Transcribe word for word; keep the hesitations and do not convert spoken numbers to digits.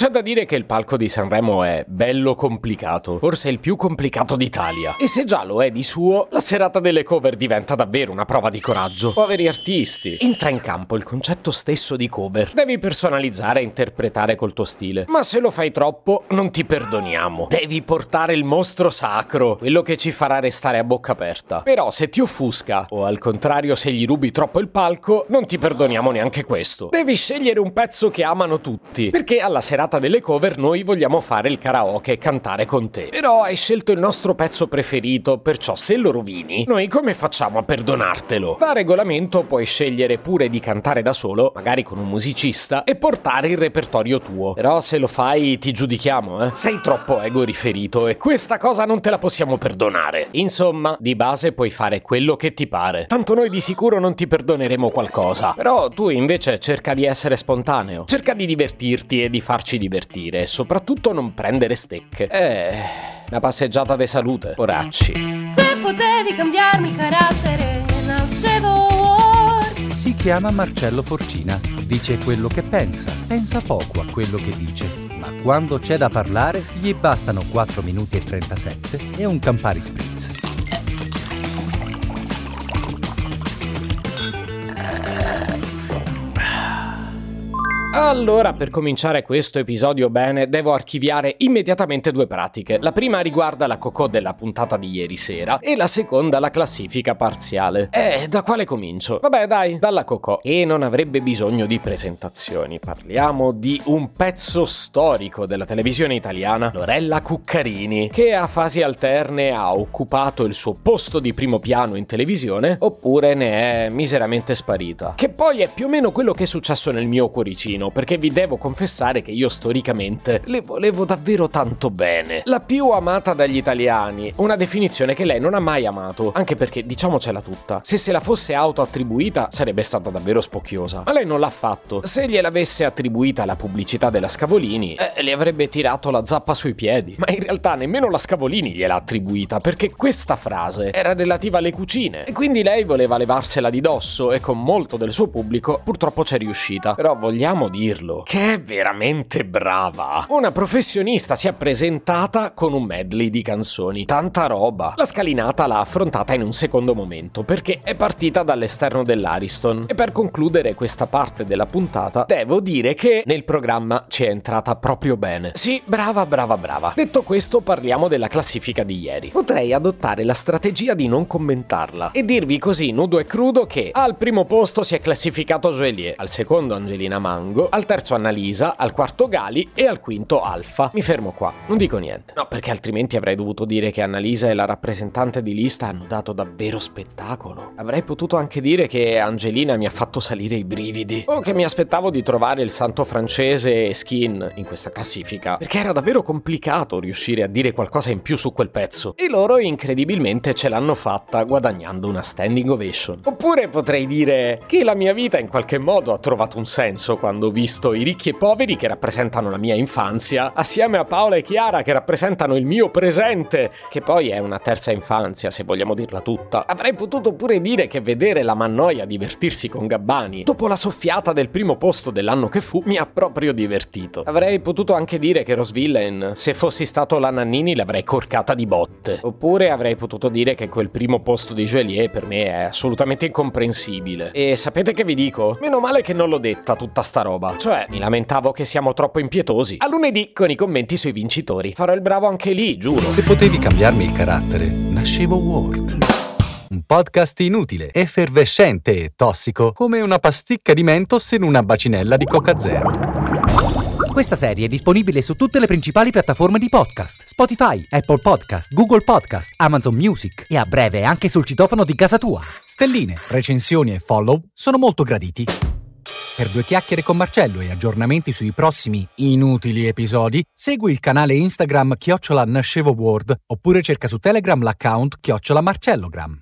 C'è da dire che il palco di Sanremo è bello complicato, forse il più complicato d'Italia. E se già lo è di suo, la serata delle cover diventa davvero una prova di coraggio. Poveri artisti. Entra in campo il concetto stesso di cover. Devi personalizzare e interpretare col tuo stile. Ma se lo fai troppo, non ti perdoniamo. Devi portare il mostro sacro, quello che ci farà restare a bocca aperta. Però se ti offusca, o al contrario se gli rubi troppo il palco, non ti perdoniamo neanche questo. Devi scegliere un pezzo che amano tutti, perché alla serata delle cover noi vogliamo fare il karaoke e cantare con te. Però hai scelto il nostro pezzo preferito, perciò se lo rovini, noi come facciamo a perdonartelo? Da regolamento puoi scegliere pure di cantare da solo, magari con un musicista, e portare il repertorio tuo. Però se lo fai ti giudichiamo, eh? Sei troppo ego riferito e questa cosa non te la possiamo perdonare. Insomma, di base puoi fare quello che ti pare. Tanto noi di sicuro non ti perdoneremo qualcosa. Però tu invece cerca di essere spontaneo. Cerca di divertirti e di farci divertire. E soprattutto non prendere stecche. Eh... una passeggiata di salute, poracci. Se potevi cambiarmi carattere, nascevo Ward. Si chiama Marcello Forcina. Dice quello che pensa. Pensa poco a quello che dice. Ma quando c'è da parlare, gli bastano quattro minuti e trentasette e un Campari Spritz. Allora, per cominciare questo episodio bene, devo archiviare immediatamente due pratiche. La prima riguarda la cocò della puntata di ieri sera e la seconda la classifica parziale. Eh, da quale comincio? Vabbè, dai, dalla cocò. E non avrebbe bisogno di presentazioni. Parliamo di un pezzo storico della televisione italiana, Lorella Cuccarini, che a fasi alterne ha occupato il suo posto di primo piano in televisione, oppure ne è miseramente sparita. Che poi è più o meno quello che è successo nel mio cuoricino, perché vi devo confessare che io storicamente le volevo davvero tanto bene. La più amata dagli italiani, una definizione che lei non ha mai amato, anche perché, diciamocela tutta, se se la fosse autoattribuita sarebbe stata davvero spocchiosa. Ma lei non l'ha fatto. Se gliel'avesse attribuita la pubblicità della Scavolini, eh, le avrebbe tirato la zappa sui piedi. Ma in realtà nemmeno la Scavolini gliel'ha attribuita, perché questa frase era relativa alle cucine, e quindi lei voleva levarsela di dosso, e con molto del suo pubblico purtroppo c'è riuscita. Però vogliamo dirlo, che è veramente brava. Una professionista si è presentata con un medley di canzoni, tanta roba. La scalinata l'ha affrontata in un secondo momento, perché è partita dall'esterno dell'Ariston. E per concludere questa parte della puntata, devo dire che nel programma ci è entrata proprio bene. Sì, brava, brava, brava. Detto questo, parliamo della classifica di ieri. Potrei adottare la strategia di non commentarla e dirvi così nudo e crudo che al primo posto si è classificato Joelie, al secondo Angelina Mango, al terzo Annalisa, al quarto Gali e al quinto Alfa. Mi fermo qua, non dico niente. No, perché altrimenti avrei dovuto dire che Annalisa e la rappresentante di lista hanno dato davvero spettacolo. Avrei potuto anche dire che Angelina mi ha fatto salire i brividi, o che mi aspettavo di trovare il santo francese e Skin in questa classifica, perché era davvero complicato riuscire a dire qualcosa in più su quel pezzo. E loro incredibilmente ce l'hanno fatta guadagnando una standing ovation. Oppure potrei dire che la mia vita in qualche modo ha trovato un senso quando ho visto i ricchi e poveri che rappresentano la mia infanzia, assieme a Paola e Chiara che rappresentano il mio presente, che poi è una terza infanzia se vogliamo dirla tutta. Avrei potuto pure dire che vedere la Mannoia divertirsi con Gabbani dopo la soffiata del primo posto dell'anno che fu mi ha proprio divertito. Avrei potuto anche dire che Rose Villain, se fossi stato la Nannini, l'avrei corcata di botte. Oppure avrei potuto dire che quel primo posto di Joelie per me è assolutamente incomprensibile. E sapete che vi dico? Meno male che non l'ho detta tutta sta roba. Cioè, mi lamentavo che siamo troppo impietosi. A lunedì con i commenti sui vincitori. Farò il bravo anche lì, giuro. Se potevi cambiarmi il carattere, nascevo Ward. Un podcast inutile, effervescente e tossico, come una pasticca di Mentos in una bacinella di Coca Zero. Questa serie è disponibile su tutte le principali piattaforme di podcast: Spotify, Apple Podcast, Google Podcast, Amazon Music e a breve anche sul citofono di casa tua. Stelline, recensioni e follow sono molto graditi. Per due chiacchiere con Marcello e aggiornamenti sui prossimi inutili episodi, segui il canale Instagram chiocciola Nascevo Ward oppure cerca su Telegram l'account chiocciola Marcellogram.